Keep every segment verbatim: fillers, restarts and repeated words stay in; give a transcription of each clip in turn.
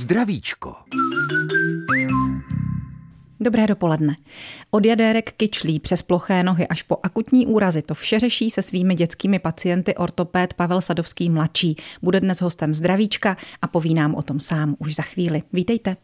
Zdravíčko. Dobré dopoledne. Od jadérek kyčlí přes ploché nohy až po akutní úrazy to vše řeší se svými dětskými pacienty ortopéd Pavel Sadovský mladší. Bude dnes hostem Zdravíčka a poví nám o tom sám už za chvíli. Vítejte.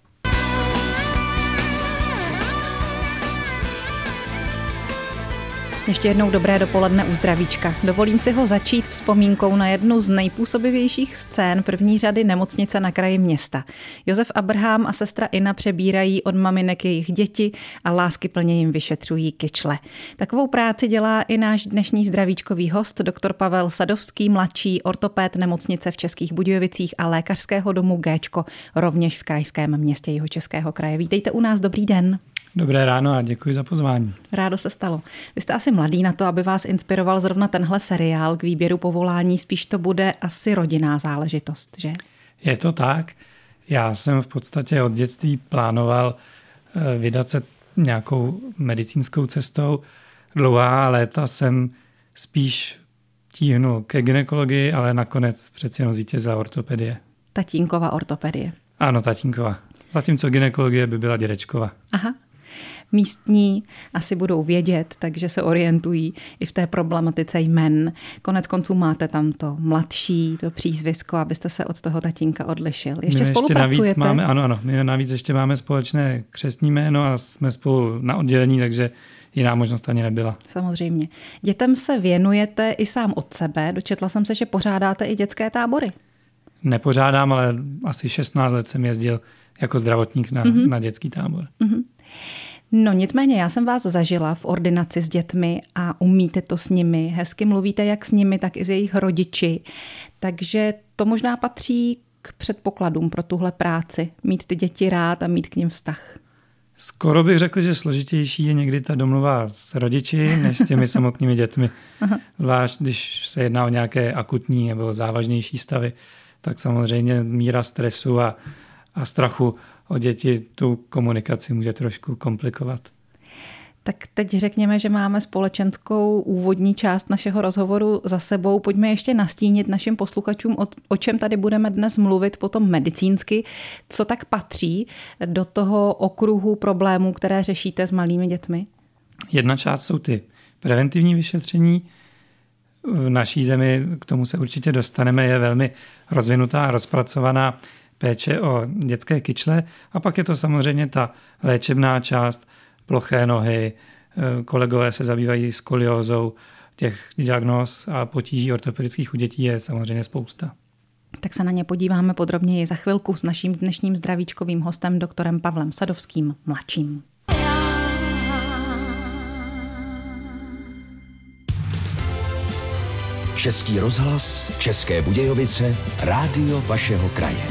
Ještě jednou dobré dopoledne u Zdravíčka. Dovolím si ho začít vzpomínkou na jednu z nejpůsobivějších scén první řady nemocnice na kraji města. Josef Abrham a sestra Ina přebírají od maminek jejich děti a láskyplně jim vyšetřují kyčle. Takovou práci dělá i náš dnešní zdravíčkový host, doktor Pavel Sadovský mladší, ortopéd nemocnice v Českých Budějovicích a lékařského domu Géčko, rovněž v krajském městě Jihočeského kraje. Vítejte u nás, dobrý den. Dobré ráno a děkuji za pozvání. Rádo se stalo. Vy jste asi mladý na to, aby vás inspiroval zrovna tenhle seriál k výběru povolání. Spíš to bude asi rodinná záležitost, že? Je to tak. Já jsem v podstatě od dětství plánoval vydat se nějakou medicínskou cestou. Dlouhá léta jsem spíš tíhnul ke gynekologii, ale nakonec přeci jenom zvítězila ortopedie. Tatínkova ortopedie. Ano, tatínkova. Zatímco gynekologie by byla dědečkova. Aha. Místní asi budou vědět, takže se orientují i v té problematice jmen. Konec konců máte tam to mladší, to přízvisko, abyste se od toho tatínka odlišil. Ještě, my spolupracujete? Ještě navíc máme, ano, ano, my navíc ještě máme společné křestní jméno a jsme spolu na oddělení, takže jiná možnost ani nebyla. Samozřejmě. Dětem se věnujete i sám od sebe. Dočetla jsem se, že pořádáte i dětské tábory. Nepořádám, ale asi šestnáct let jsem jezdil jako zdravotník na, mm-hmm. na dětský tábor. Mm-hmm. No nicméně, já jsem vás zažila v ordinaci s dětmi a umíte to s nimi. Hezky mluvíte jak s nimi, tak i s jejich rodiči. Takže to možná patří k předpokladům pro tuhle práci. Mít ty děti rád a mít k nim vztah. Skoro bych řekl, že složitější je někdy ta domluva s rodiči, než s těmi samotnými dětmi. Aha. Zvlášť, když se jedná o nějaké akutní nebo závažnější stavy, tak samozřejmě míra stresu a, a strachu o děti tu komunikaci může trošku komplikovat. Tak teď řekněme, že máme společenskou úvodní část našeho rozhovoru za sebou. Pojďme ještě nastínit našim posluchačům, o, o čem tady budeme dnes mluvit potom medicínsky. Co tak patří do toho okruhu problémů, které řešíte s malými dětmi? Jedna část jsou ty preventivní vyšetření. V naší zemi, k tomu se určitě dostaneme, je velmi rozvinutá a rozpracovaná péče o dětské kyčle a pak je to samozřejmě ta léčebná část, ploché nohy, kolegové se zabývají skoliózou, těch diagnóz a potíží ortopedických u dětí je samozřejmě spousta. Tak se na ně podíváme podrobněji za chvilku s naším dnešním zdravíčkovým hostem, doktorem Pavlem Sadovským mladším. Český rozhlas, České Budějovice, rádio vašeho kraje.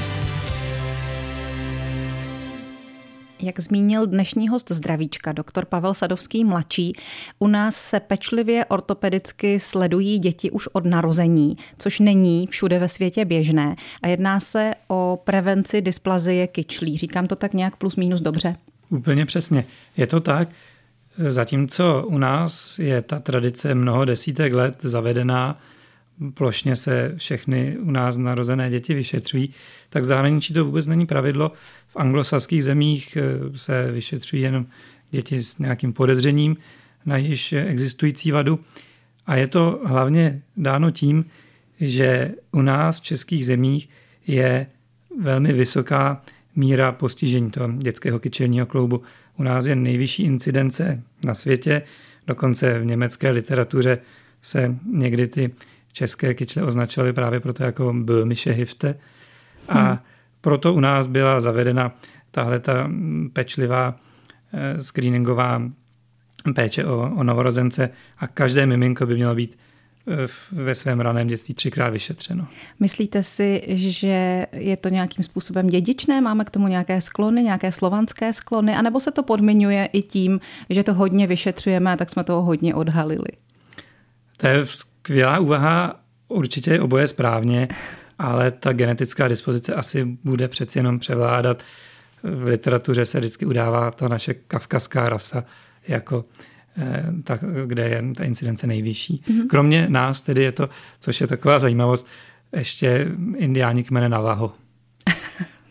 Jak zmínil dnešní host Zdravíčka, doktor Pavel Sadovský mladší, u nás se pečlivě ortopedicky sledují děti už od narození, což není všude ve světě běžné a jedná se o prevenci dysplazie kyčlí. Říkám to tak nějak plus minus dobře? Úplně přesně. Je to tak. Zatímco u nás je ta tradice mnoho desítek let zavedená, plošně se všechny u nás narozené děti vyšetřují, tak v zahraničí to vůbec není pravidlo. V anglosaských zemích se vyšetřují jenom děti s nějakým podezřením na již existující vadu. A je to hlavně dáno tím, že u nás v českých zemích je velmi vysoká míra postižení toho dětského kyčelního kloubu. U nás je nejvyšší incidence na světě, dokonce v německé literatuře se někdy ty české kyčle označovaly právě proto jako böhmische Hüfte. A hmm. proto u nás byla zavedena tahle ta pečlivá screeningová péče o, o novorozence a každé miminko by mělo být ve svém raném dětství třikrát vyšetřeno. Myslíte si, že je to nějakým způsobem dědičné? Máme k tomu nějaké sklony, nějaké slovanské sklony? A nebo se to podmiňuje i tím, že to hodně vyšetřujeme a tak jsme toho hodně odhalili? To je skvělá úvaha, určitě oboje správně, ale ta genetická dispozice asi bude přeci jenom převládat. V literatuře se vždycky udává ta naše kavkazská rasa jako ta, kde je ta incidence nejvyšší. Mm-hmm. Kromě nás tedy je to, což je taková zajímavost, ještě indiáni kmene Navajo.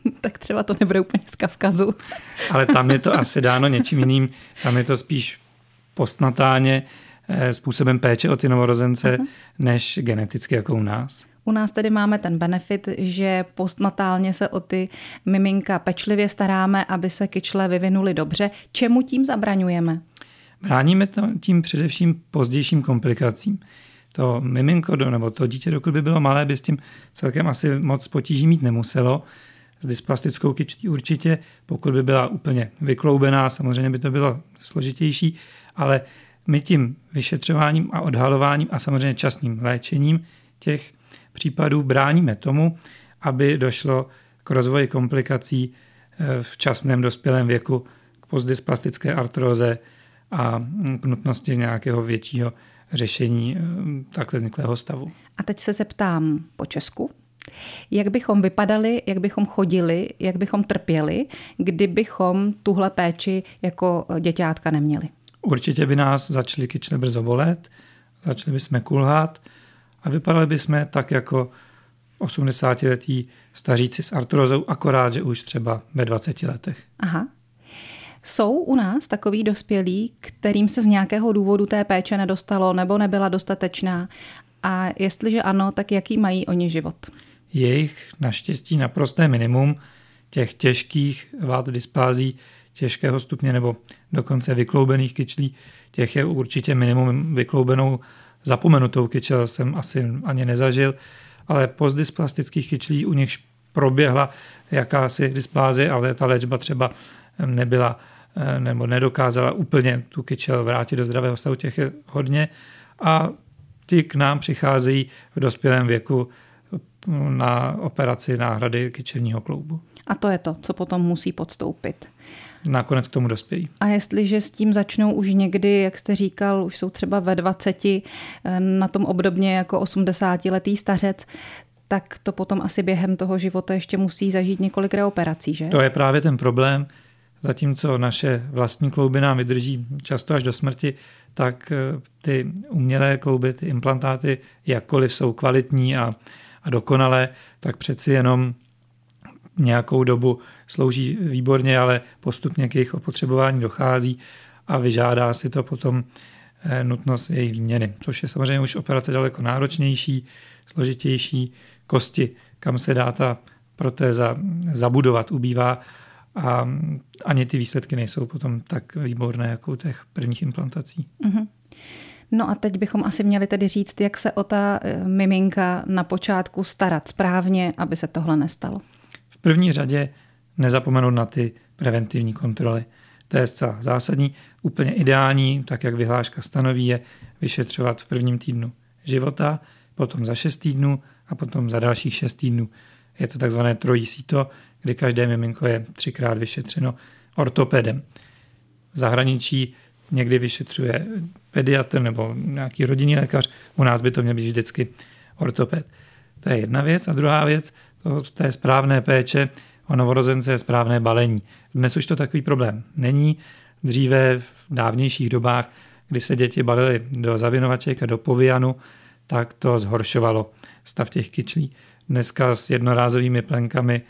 Tak třeba to nebude úplně z Kavkazu. Ale tam je to asi dáno něčím jiným. Tam je to spíš postnatáně způsobem péče o ty novorozence, uh-huh. než geneticky jako u nás. U nás tedy máme ten benefit, že postnatálně se o ty miminka pečlivě staráme, aby se kyčle vyvinuly dobře. Čemu tím zabraňujeme? Bráníme to tím především pozdějším komplikacím. To miminko nebo to dítě, dokud by bylo malé, by s tím celkem asi moc potíží mít nemuselo. S dysplastickou kyčlí určitě, pokud by byla úplně vykloubená, samozřejmě by to bylo složitější, ale my tím vyšetřováním a odhalováním a samozřejmě časným léčením těch případů bráníme tomu, aby došlo k rozvoji komplikací v časném dospělém věku, k postdysplastické artróze a k nutnosti nějakého většího řešení takhle vzniklého stavu. A teď se zeptám po česku. Jak bychom vypadali, jak bychom chodili, jak bychom trpěli, kdybychom tuhle péči jako děťátka neměli? Určitě by nás začaly kyčle brzo bolet, začali bychom kulhat a vypadali bychom tak jako osmdesátiletí staříci s artrózou, akorát, že už třeba ve dvaceti letech. Aha. Jsou u nás takový dospělí, kterým se z nějakého důvodu té péče nedostalo nebo nebyla dostatečná? A jestliže ano, tak jaký mají oni život? Je jich naštěstí naprosté minimum těch těžkých vád dysplází těžkého stupně nebo dokonce vykloubených kyčlí. Těch je určitě minimum. Vykloubenou zapomenutou kyčel jsem asi ani nezažil, ale postdysplastických kyčlí u nich proběhla jakási dysplázie, ale ta léčba třeba nebyla nebo nedokázala úplně tu kyčel vrátit do zdravého stavu, těch je hodně a ti k nám přicházejí v dospělém věku na operaci náhrady kyčelního kloubu. A to je to, co potom musí podstoupit. Nakonec k tomu dospějí. A jestliže s tím začnou už někdy, jak jste říkal, už jsou třeba ve dvaceti, na tom obdobně jako osmdesátiletý stařec, tak to potom asi během toho života ještě musí zažít několik reoperací, že? To je právě ten problém. Zatímco naše vlastní klouby nám vydrží často až do smrti, tak ty umělé klouby, ty implantáty, jakkoliv jsou kvalitní a, a dokonalé, tak přeci jenom nějakou dobu slouží výborně, ale postupně k jejich opotřebování dochází a vyžádá si to potom nutnost jejich výměny, což je samozřejmě už operace daleko náročnější, složitější. Kosti, kam se dá ta protéza zabudovat, ubývá a ani ty výsledky nejsou potom tak výborné jako u těch prvních implantací. Mm-hmm. No a teď bychom asi měli tedy říct, jak se o ta miminka na počátku starat správně, aby se tohle nestalo. V první řadě nezapomenout na ty preventivní kontroly. To je zcela zásadní. Úplně ideální, tak jak vyhláška stanoví, je vyšetřovat v prvním týdnu života, potom za šest týdnů a potom za dalších šest týdnů. Je to takzvané trojí síto, kdy každé miminko je třikrát vyšetřeno ortopedem. V zahraničí někdy vyšetřuje pediatr nebo nějaký rodinný lékař, u nás by to měl být vždycky ortoped. To je jedna věc. A druhá věc, to, to je správné péče o novorozence, je správné balení. Dnes už to takový problém není. Dříve v dávnějších dobách, kdy se děti balily do zavinovaček a do povianu, tak to zhoršovalo stav těch kyčlí. Dneska s jednorázovými plenkami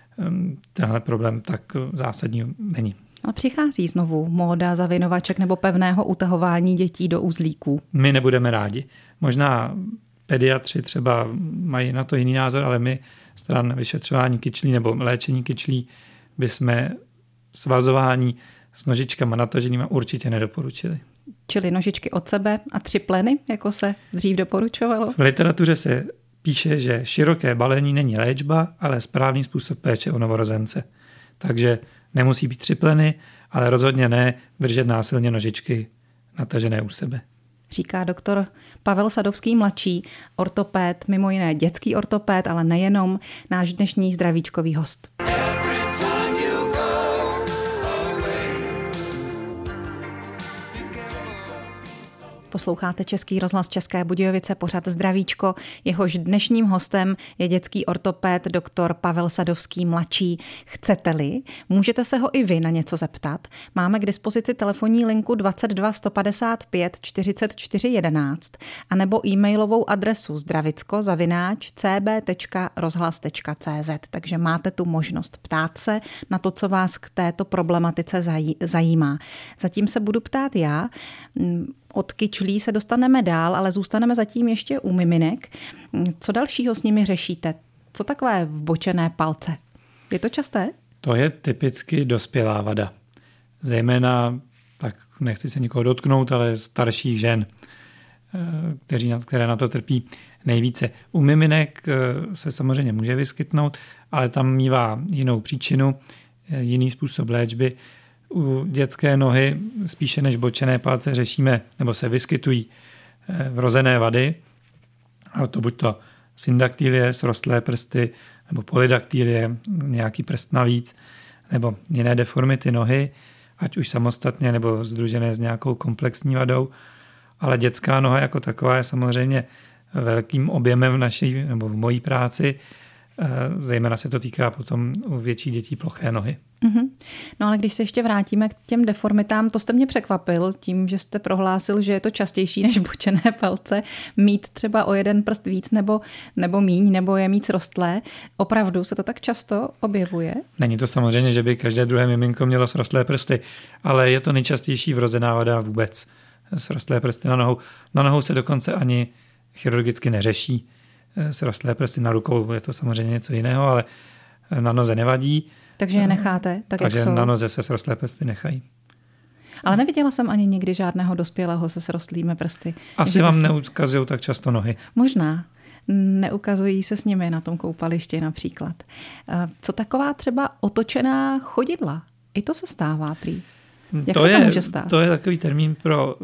tenhle problém tak zásadní není. Ale přichází znovu móda zavinovaček nebo pevného utahování dětí do uzlíků. My nebudeme rádi. Možná pediatři třeba mají na to jiný názor, ale my stran vyšetřování kyčlí nebo léčení kyčlí bychom svazování s nožičkama nataženýma určitě nedoporučili. Čili nožičky od sebe a tři pleny, jako se dřív doporučovalo? V literatuře se píše, že široké balení není léčba, ale správný způsob péče o novorozence. Takže nemusí být tři pleny, ale rozhodně ne držet násilně nožičky natažené u sebe. Říká doktor Pavel Sadovský mladší, ortopéd, mimo jiné dětský ortopéd, ale nejenom, náš dnešní zdravíčkový host. Posloucháte Český rozhlas České Budějovice, pořad Zdravíčko. Jehož dnešním hostem je dětský ortoped doktor Pavel Sadovský mladší. Chcete-li, můžete se ho i vy na něco zeptat. Máme k dispozici telefonní linku dvacet dva sto padesát pět čtyřicet čtyři jedenáct a nebo e-mailovou adresu zdravicko zavináč c b tečka rozhlas tečka c z. Takže máte tu možnost ptát se na to, co vás k této problematice zajímá. Zatím se budu ptát já. Od kyčlí se dostaneme dál, ale zůstaneme zatím ještě u miminek. Co dalšího s nimi řešíte? Co takové vbočené palce? Je to časté? To je typicky dospělá vada. Zejména, tak nechci se nikoho dotknout, ale starších žen, kteří, které na to trpí nejvíce. U miminek se samozřejmě může vyskytnout, ale tam mívá jinou příčinu, jiný způsob léčby. U dětské nohy spíše než bočené palce řešíme, nebo se vyskytují vrozené vady, a to buď to syndaktylie, srostlé prsty, nebo polydaktylie, nějaký prst navíc, nebo jiné deformity nohy, ať už samostatně nebo sdružené s nějakou komplexní vadou. Ale dětská noha jako taková je samozřejmě velkým objemem v naší nebo v mojí práci. Zejména se to týká potom u větších dětí ploché nohy. Mm-hmm. No ale když se ještě vrátíme k těm deformitám, to jste mě překvapil tím, že jste prohlásil, že je to častější než bočené palce mít třeba o jeden prst víc nebo, nebo míň, nebo je mít srostlé. Opravdu se to tak často objevuje? Není to samozřejmě, že by každé druhé miminko mělo srostlé prsty, ale je to nejčastější vrozená vada vůbec. Srostlé prsty na nohou. Na nohou se dokonce ani chirurgicky neřeší. Srostlé prsty na rukou je to samozřejmě něco jiného, ale na noze nevadí. Takže je necháte, tak Takže jak jsou. Na noze se srostlé prsty nechají. Ale neviděla jsem ani nikdy žádného dospělého se srostlými prsty. Asi vám neukazují tak často nohy. Možná. Neukazují se s nimi na tom koupališti například. Co taková třeba otočená chodidla? I to se stává prý. Jak to se je, to může stát? To je takový termín pro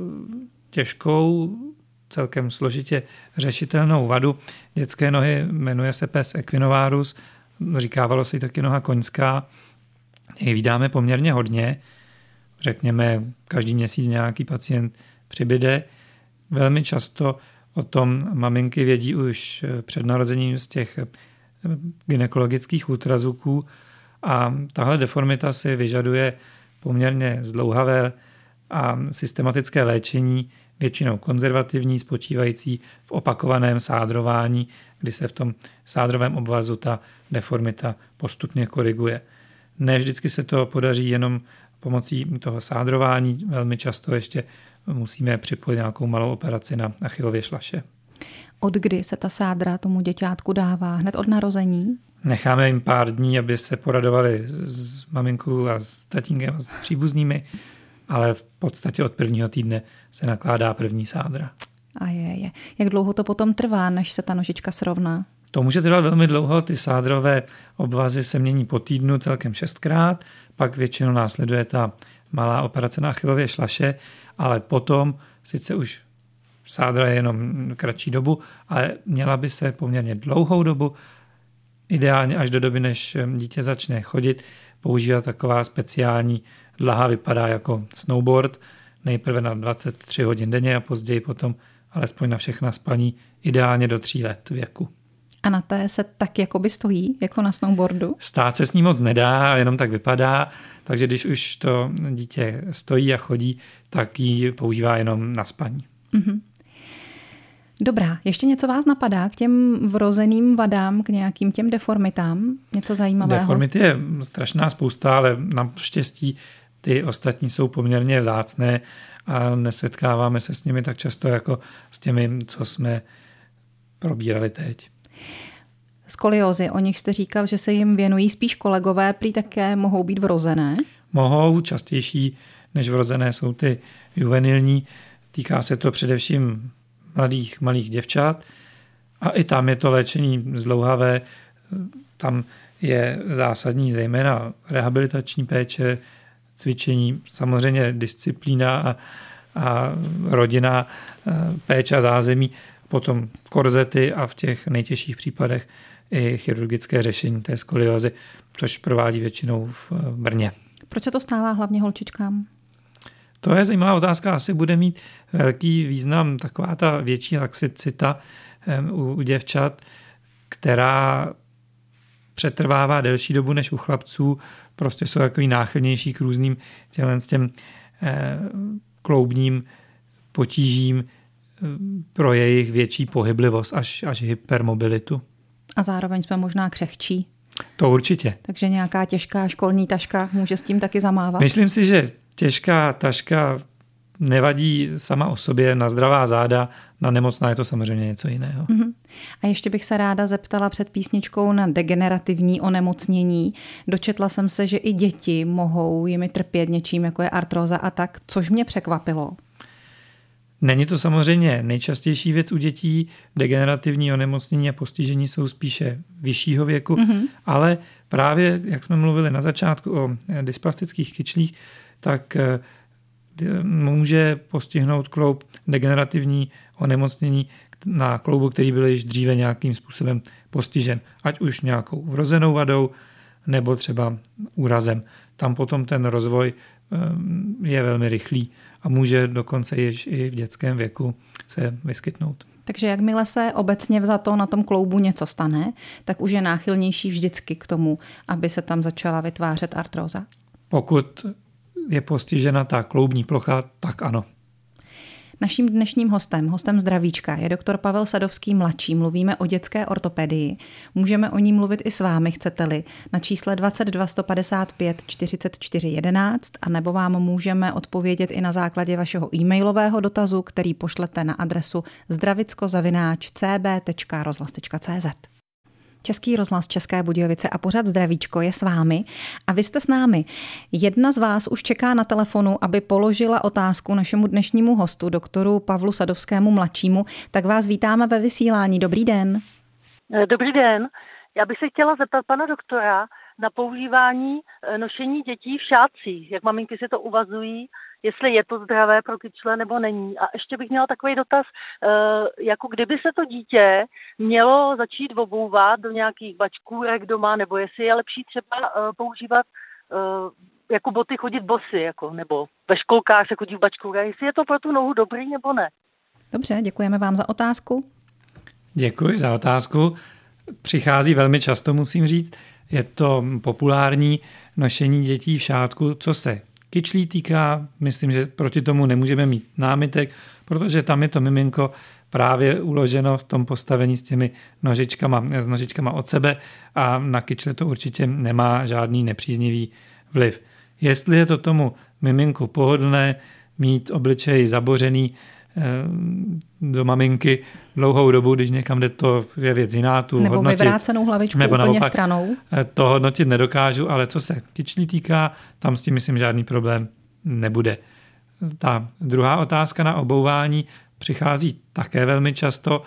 těžkou, celkem složitě řešitelnou vadu dětské nohy, jmenuje se pes equinovarus, říkávalo se jí taky noha koňská. Ji vídáme poměrně hodně, řekněme každý měsíc nějaký pacient přibyde. Velmi často o tom maminky vědí už před narozením z těch gynekologických ultrazvuků a tahle deformita si vyžaduje poměrně zdlouhavé a systematické léčení, většinou konzervativní, spočívající v opakovaném sádrování, kdy se v tom sádrovém obvazu ta deformita postupně koriguje. Ne vždycky se to podaří jenom pomocí toho sádrování, velmi často ještě musíme připojit nějakou malou operaci na Achillově šlaše. Od kdy se ta sádra tomu děťátku dává? Hned od narození? Necháme jim pár dní, aby se poradovali s maminkou a s tatínkem a s příbuznými, ale v podstatě od prvního týdne se nakládá první sádra. A je, je. Jak dlouho to potom trvá, než se ta nožička srovná? To může trvat velmi dlouho, ty sádrové obvazy se mění po týdnu celkem šestkrát, pak většinou následuje ta malá operace na Achillově šlaše, ale potom sice už sádra je jenom kratší dobu, ale měla by se poměrně dlouhou dobu, ideálně až do doby, než dítě začne chodit, používat taková speciální dlaha, vypadá jako snowboard, nejprve na dvacet tři hodin denně a později potom alespoň na všechna spaní, ideálně do tří let věku. A na té se tak jakoby stojí, jako na snowboardu? Stát se s ní moc nedá, jenom tak vypadá, takže když už to dítě stojí a chodí, tak ji používá jenom na spaní. Mm-hmm. Dobrá, ještě něco vás napadá k těm vrozeným vadám, k nějakým těm deformitám? Něco zajímavého? Deformity je strašná spousta, ale naštěstí ty ostatní jsou poměrně vzácné a nesetkáváme se s nimi tak často jako s těmi, co jsme probírali teď. Skoliózy, o nich jste říkal, že se jim věnují spíš kolegové, prý také mohou být vrozené? Mohou, častější než vrozené jsou ty juvenilní. Týká se to především mladých, malých děvčat a i tam je to léčení zdlouhavé. Tam je zásadní zejména rehabilitační péče, cvičení, samozřejmě disciplína a, a rodina, péče a zázemí, potom korzety a v těch nejtěžších případech i chirurgické řešení té skoliózy, což provádí většinou v Brně. Proč se to stává hlavně holčičkám? To je zajímavá otázka, asi bude mít velký význam taková ta větší laxicita u, u děvčat, která přetrvává delší dobu než u chlapců, prostě jsou takový náchylnější k různým těm, těm eh, kloubním potížím eh, pro jejich větší pohyblivost až, až hypermobilitu. A zároveň jsme možná křehčí. To určitě. Takže nějaká těžká školní taška může s tím taky zamávat? Myslím si, že těžká taška nevadí sama o sobě, na zdravá záda, na nemocná je to samozřejmě něco jiného. Uh-huh. A ještě bych se ráda zeptala před písničkou na degenerativní onemocnění. Dočetla jsem se, že i děti mohou jimi trpět něčím, jako je artróza a tak, což mě překvapilo. Není to samozřejmě nejčastější věc u dětí. Degenerativní onemocnění a postižení jsou spíše vyššího věku, uh-huh. ale právě, jak jsme mluvili na začátku o dysplastických kyčlích, tak může postihnout kloub degenerativní onemocnění na kloubu, který byl již dříve nějakým způsobem postižen. Ať už nějakou vrozenou vadou, nebo třeba úrazem. Tam potom ten rozvoj je velmi rychlý a může dokonce již i v dětském věku se vyskytnout. Takže jakmile se obecně vzato na tom kloubu něco stane, tak už je náchylnější vždycky k tomu, aby se tam začala vytvářet artróza? Pokud je postižena ta kloubní plocha, tak ano. Naším dnešním hostem, hostem Zdravíčka, je doktor Pavel Sadovský mladší. Mluvíme o dětské ortopedii. Můžeme o ní mluvit i s vámi, chcete-li, na čísle dvacet dva sto padesát pět čtyřicet čtyři jedenáct, a nebo vám můžeme odpovědět i na základě vašeho e-mailového dotazu, který pošlete na adresu zdravicko zavináč c b tečka rozhlas tečka c z. Český rozhlas České Budějovice a pořad Zdravíčko je s vámi a vy jste s námi. Jedna z vás už čeká na telefonu, aby položila otázku našemu dnešnímu hostu, doktoru Pavlu Sadovskému mladšímu. Tak vás vítáme ve vysílání. Dobrý den. Dobrý den. Já bych se chtěla zeptat pana doktora na používání nošení dětí v šátcích. Jak maminky si to uvazují, jestli je to zdravé pro kyčle nebo není. A ještě bych měla takový dotaz, jako kdyby se to dítě mělo začít obouvat do nějakých bačkůrek doma, nebo jestli je lepší třeba používat jako boty, chodit bosy, jako, nebo ve školkách se chodí v bačkůrách, jestli je to pro tu nohu dobrý nebo ne. Dobře, děkujeme vám za otázku. Děkuji za otázku. Přichází velmi často, musím říct. Je to populární nošení dětí v šátku, co se kyčlí týká. Myslím, že proti tomu nemůžeme mít námitek, protože tam je to miminko právě uloženo v tom postavení s těmi nožičkama, s nožičkama od sebe a na kyčle to určitě nemá žádný nepříznivý vliv. Jestli je to tomu miminku pohodlné mít obličej zabořený do maminky dlouhou dobu, když někam jde, to je věc jiná. Tu nebo hodnotit, vyvrácenou hlavičku nebo úplně naopak, stranou. To hodnotit nedokážu, ale co se kyčlí týká, tam s tím myslím žádný problém nebude. Ta druhá otázka na obouvání přichází také velmi často.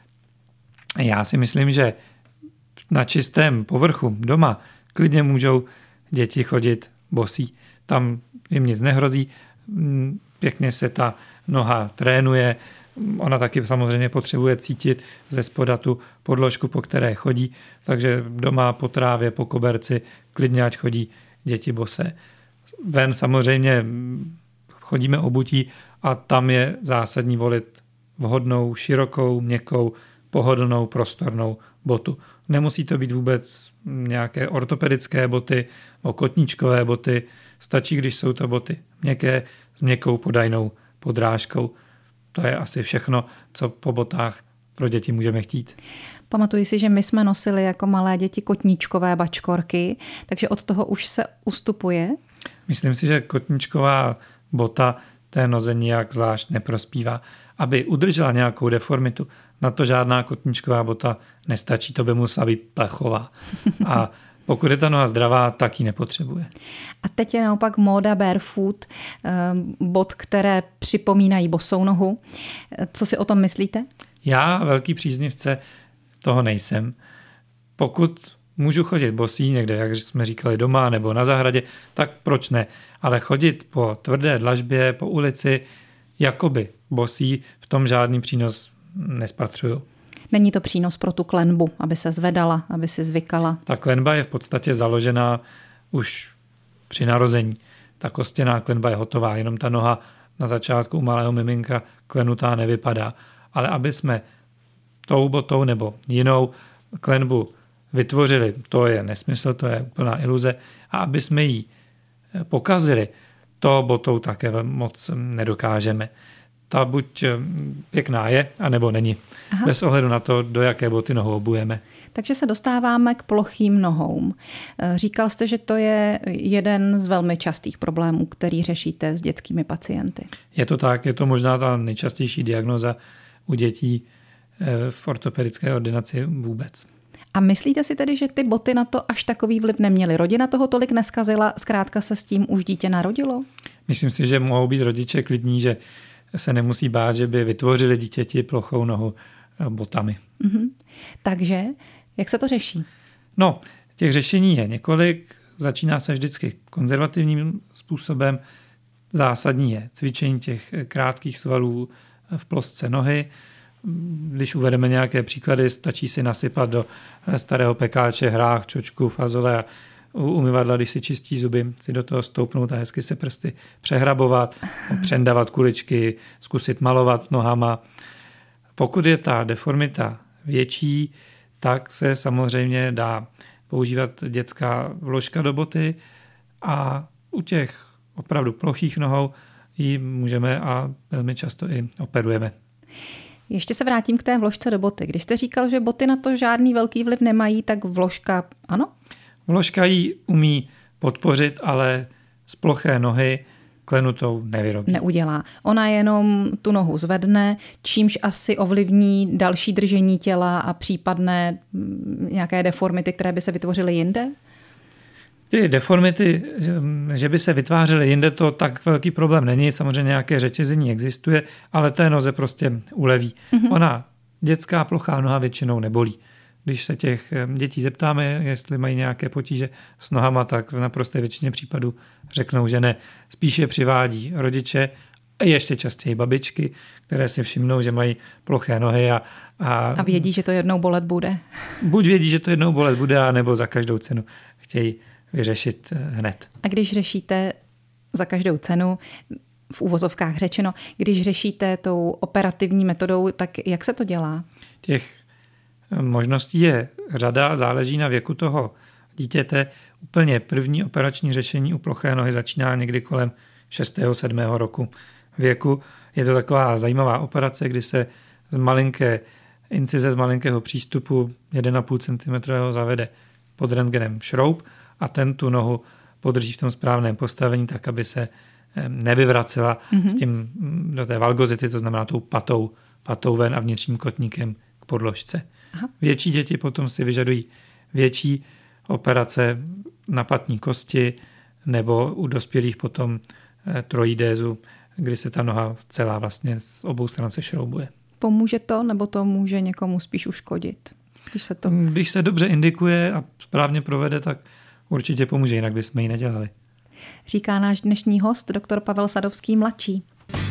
Já si myslím, že na čistém povrchu doma klidně můžou děti chodit bosí. Tam jim nic nehrozí, pěkně se ta noha trénuje, ona taky samozřejmě potřebuje cítit ze spoda tu podložku, po které chodí, takže doma po trávě, po koberci, klidně ať chodí děti bosé. Ven samozřejmě chodíme obutí a tam je zásadní volit vhodnou, širokou, měkkou, pohodlnou, prostornou botu. Nemusí to být vůbec nějaké ortopedické boty, kotníčkové boty, stačí, když jsou to boty měkké s měkkou podajnou podrážkou. To je asi všechno, co po botách pro děti můžeme chtít. Pamatuji si, že my jsme nosili jako malé děti kotníčkové bačkorky, takže od toho už se ustupuje. Myslím si, že kotníčková bota té noze nijak zvlášť neprospívá. Aby udržela nějakou deformitu, na to žádná kotníčková bota nestačí, to by musela být plechová. A pokud je ta noha zdravá, tak ji nepotřebuje. A teď je naopak móda barefoot, bot, které připomínají bosou nohu. Co si o tom myslíte? Já velký příznivce toho nejsem. Pokud můžu chodit bosí někde, jak jsme říkali, doma nebo na zahradě, tak proč ne? Ale chodit po tvrdé dlažbě, po ulici, jakoby bosí, v tom žádný přínos nespatřuju. Není to přínos pro tu klenbu, aby se zvedala, aby si zvykala? Ta klenba je v podstatě založená už při narození. ta kostěná klenba je hotová, jenom ta noha na začátku u malého miminka klenutá nevypadá. Ale aby jsme tou botou nebo jinou klenbu vytvořili, to je nesmysl, to je úplná iluze. A aby jsme ji pokazili, to botou také moc nedokážeme. Ta buď pěkná je, anebo není. Aha. Bez ohledu na to, do jaké boty nohou obujeme. Takže se dostáváme k plochým nohou. Říkal jste, že to je jeden z velmi častých problémů, který řešíte s dětskými pacienty. Je to tak, je to možná ta nejčastější diagnóza u dětí v ortopedické ordinaci vůbec. A myslíte si tedy, že ty boty na to až takový vliv neměly? Rodina toho tolik neskazila, zkrátka se s tím už dítě narodilo? Myslím si, že mohou být rodiče klidní, že se nemusí bát, že by vytvořili dítěti plochou nohu botami. Mm-hmm. Takže, jak se to řeší? No, těch řešení je několik. Začíná se vždycky konzervativním způsobem. Zásadní je cvičení těch krátkých svalů v plosce nohy. Když uvedeme nějaké příklady, stačí si nasypat do starého pekáče hrách, čočku, fazole a u umyvadla, když si čistí zuby, si do toho stoupnout a hezky se prsty přehrabovat, přendavat kuličky, zkusit malovat nohama. Pokud je ta deformita větší, tak se samozřejmě dá používat dětská vložka do boty a u těch opravdu plochých nohou ji můžeme a velmi často i operujeme. Ještě se vrátím k té vložce do boty. Když jste říkal, že boty na to žádný velký vliv nemají, tak vložka ano? Vložka ji umí podpořit, ale z ploché nohy klenutou nevyrobí. Neudělá. Ona jenom tu nohu zvedne, čímž asi ovlivní další držení těla a případné nějaké deformity, které by se vytvořily jinde? Ty deformity, že by se vytvářely jinde, to tak velký problém není. Samozřejmě nějaké řetězení existuje, ale té noze prostě uleví. Mm-hmm. Ona, dětská plochá noha většinou nebolí. Když se těch dětí zeptáme, jestli mají nějaké potíže s nohama, tak v naprosté většině případů řeknou, že ne. Spíše přivádí rodiče a ještě častěji babičky, které si všimnou, že mají ploché nohy. A, a, a vědí, že to jednou bolet bude. Buď vědí, že to jednou bolet bude, nebo za každou cenu chtějí vyřešit hned. A když řešíte za každou cenu, v uvozovkách řečeno, když řešíte tou operativní metodou, tak jak se to dělá? Těch možností je řada, záleží na věku toho dítěte. Úplně první operační řešení u ploché nohy začíná někdy kolem šestého sedmého roku věku. Je to taková zajímavá operace, kdy se z malinké incize, z malinkého přístupu jeden a půl centimetru zavede pod rentgenem šroub a ten tu nohu podrží v tom správném postavení tak, aby se nevyvracela mm-hmm. s tím do té valgozity, to znamená tou patou, patou ven a vnitřním kotníkem k podložce. Aha. Větší děti potom si vyžadují větší operace na patní kosti nebo u dospělých potom troidézu, kdy se ta noha celá vlastně z obou stran se šroubuje. Pomůže to, nebo to může někomu spíš uškodit? Když se, to... Když se dobře indikuje a správně provede, tak určitě pomůže, jinak bychom ji nedělali. Říká náš dnešní host, doktor Pavel Sadovský mladší.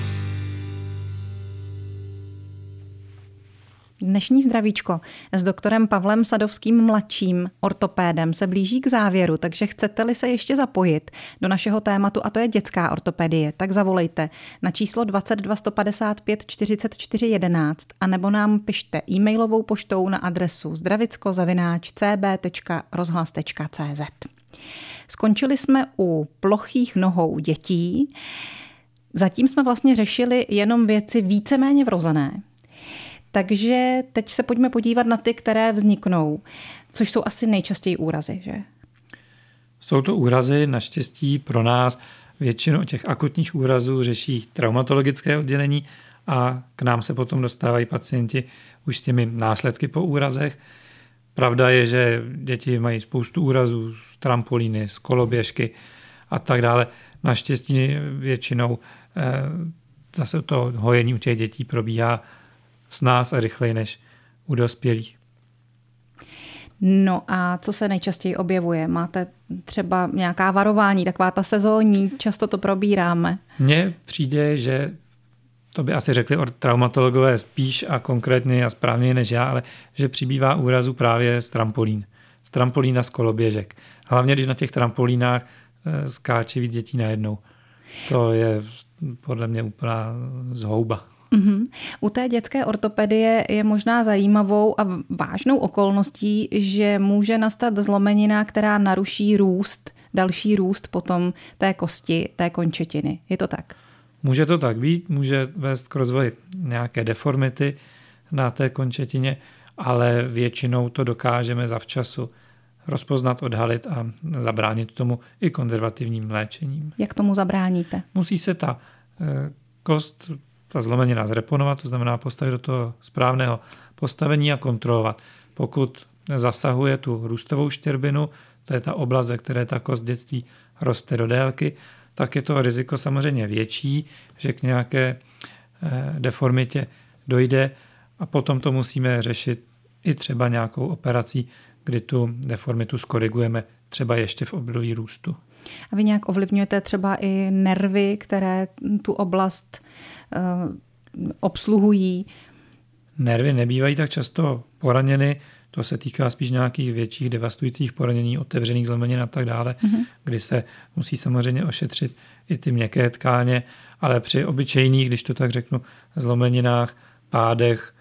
Dnešní zdravíčko s doktorem Pavlem Sadovským mladším, ortopédem, se blíží k závěru, takže chcete-li se ještě zapojit do našeho tématu, a to je dětská ortopedie, tak zavolejte na číslo dvacet dva sto padesát pět čtyřicet čtyři jedenáct a nebo nám pište e-mailovou poštou na adresu zdravicko zavináč c b tečka rozhlas tečka c z. Skončili jsme u plochých nohou dětí. Zatím jsme vlastně řešili jenom věci víceméně vrozené. Takže teď se pojďme podívat na ty, které vzniknou, což jsou asi nejčastěji úrazy, že? Jsou to úrazy, naštěstí pro nás většinu těch akutních úrazů řeší traumatologické oddělení a k nám se potom dostávají pacienti už s těmi následky po úrazech. Pravda je, že děti mají spoustu úrazů z trampolíny, z koloběžky a tak dále. Naštěstí většinou eh, zase to hojení u těch dětí probíhá s nás a rychleji než u dospělých. No a co se nejčastěji objevuje? Máte třeba nějaká varování, taková ta sezónní, často to probíráme. Mně přijde, že to by asi řekli traumatologové spíš a konkrétně a správně než já, ale že přibývá úrazu právě z trampolín. Z trampolín a z koloběžek. Hlavně, když na těch trampolínách skáče víc dětí najednou. To je podle mě úplná zhouba. Uhum. U té dětské ortopedie je možná zajímavou a vážnou okolností, že může nastat zlomenina, která naruší růst, další růst potom té kosti, té končetiny. Je to tak? Může to tak být, může vést k rozvoji nějaké deformity na té končetině, ale většinou to dokážeme zavčasu rozpoznat, odhalit a zabránit tomu i konzervativním léčením. Jak tomu zabráníte? Musí se ta kost, ta zlomenina zreponovat, to znamená postavit do toho správného postavení a kontrolovat. Pokud zasahuje tu růstovou štěrbinu, to je ta oblast, ve které ta kost v dětství roste do délky, tak je to riziko samozřejmě větší, že k nějaké deformitě dojde a potom to musíme řešit i třeba nějakou operací, kdy tu deformitu skorigujeme třeba ještě v období růstu. A vy nějak ovlivňujete třeba i nervy, které tu oblast uh, obsluhují? Nervy nebývají tak často poraněny, to se týká spíš nějakých větších devastujících poranění, otevřených zlomenin a tak dále, mm-hmm. kdy se musí samozřejmě ošetřit i ty měkké tkáně, ale při obyčejných, když to tak řeknu, zlomeninách, pádech,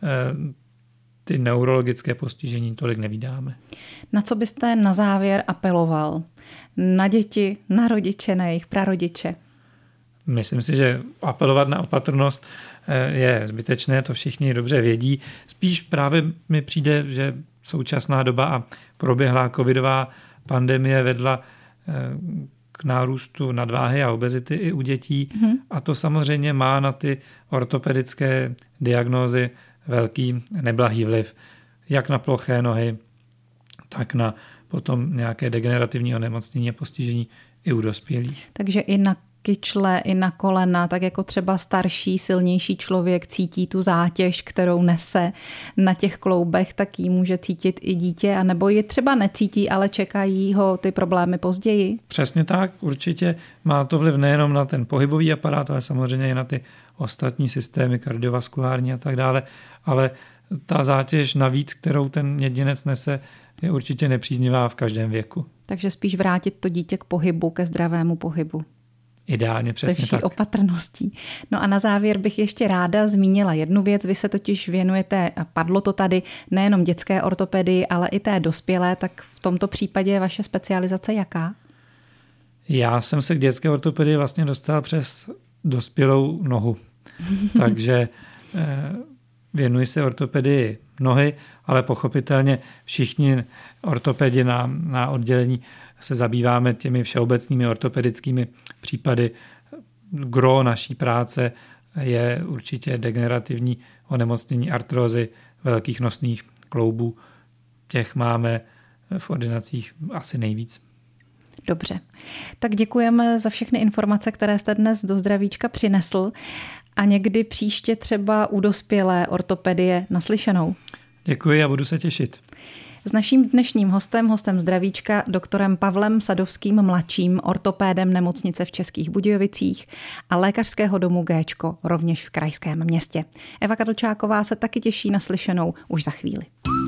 ty neurologické postižení tolik nevídáme. Na co byste na závěr apeloval? Na děti, na rodiče, na jejich prarodiče? Myslím si, že apelovat na opatrnost je zbytečné, to všichni dobře vědí. Spíš právě mi přijde, že současná doba a proběhlá covidová pandemie vedla k nárůstu nadváhy a obezity i u dětí. Mm-hmm. A to samozřejmě má na ty ortopedické diagnózy velký neblahý vliv. Jak na ploché nohy, tak na potom nějaké degenerativní onemocnění a postižení i u dospělých. Takže i na kyčle, i na kolena, tak jako třeba starší, silnější člověk cítí tu zátěž, kterou nese na těch kloubech, tak ji může cítit i dítě, anebo ji třeba necítí, ale čekají ho ty problémy později. Přesně tak, určitě má to vliv nejenom na ten pohybový aparát, ale samozřejmě i na ty ostatní systémy kardiovaskulární a tak dále, ale ta zátěž navíc, kterou ten jedinec nese, je určitě nepříznivá v každém věku. Takže spíš vrátit to dítě k pohybu, ke zdravému pohybu. Ideálně, přesně tak. Se vší opatrností. No a na závěr bych ještě ráda zmínila jednu věc. Vy se totiž věnujete, a padlo to tady, nejenom dětské ortopedii, ale i té dospělé, tak v tomto případě je vaše specializace jaká? Já jsem se k dětské ortopedii vlastně dostal přes dospělou nohu. Takže věnuji se ortopedii nohy, ale pochopitelně všichni ortopedi na, na oddělení se zabýváme těmi všeobecnými ortopedickými případy. Gro naší práce je určitě degenerativní onemocnění artrózy velkých nosných kloubů. Těch máme v ordinacích asi nejvíc. Dobře. Tak děkujeme za všechny informace, které jste dnes do Zdravíčka přinesl a někdy příště třeba u dospělé ortopedie naslyšenou. Děkuji a budu se těšit. S naším dnešním hostem, hostem Zdravíčka, doktorem Pavlem Sadovským mladším, ortopédem nemocnice v Českých Budějovicích a lékařského domu Géčko rovněž v krajském městě. Eva Kadlčáková se taky těší na slyšenou už za chvíli.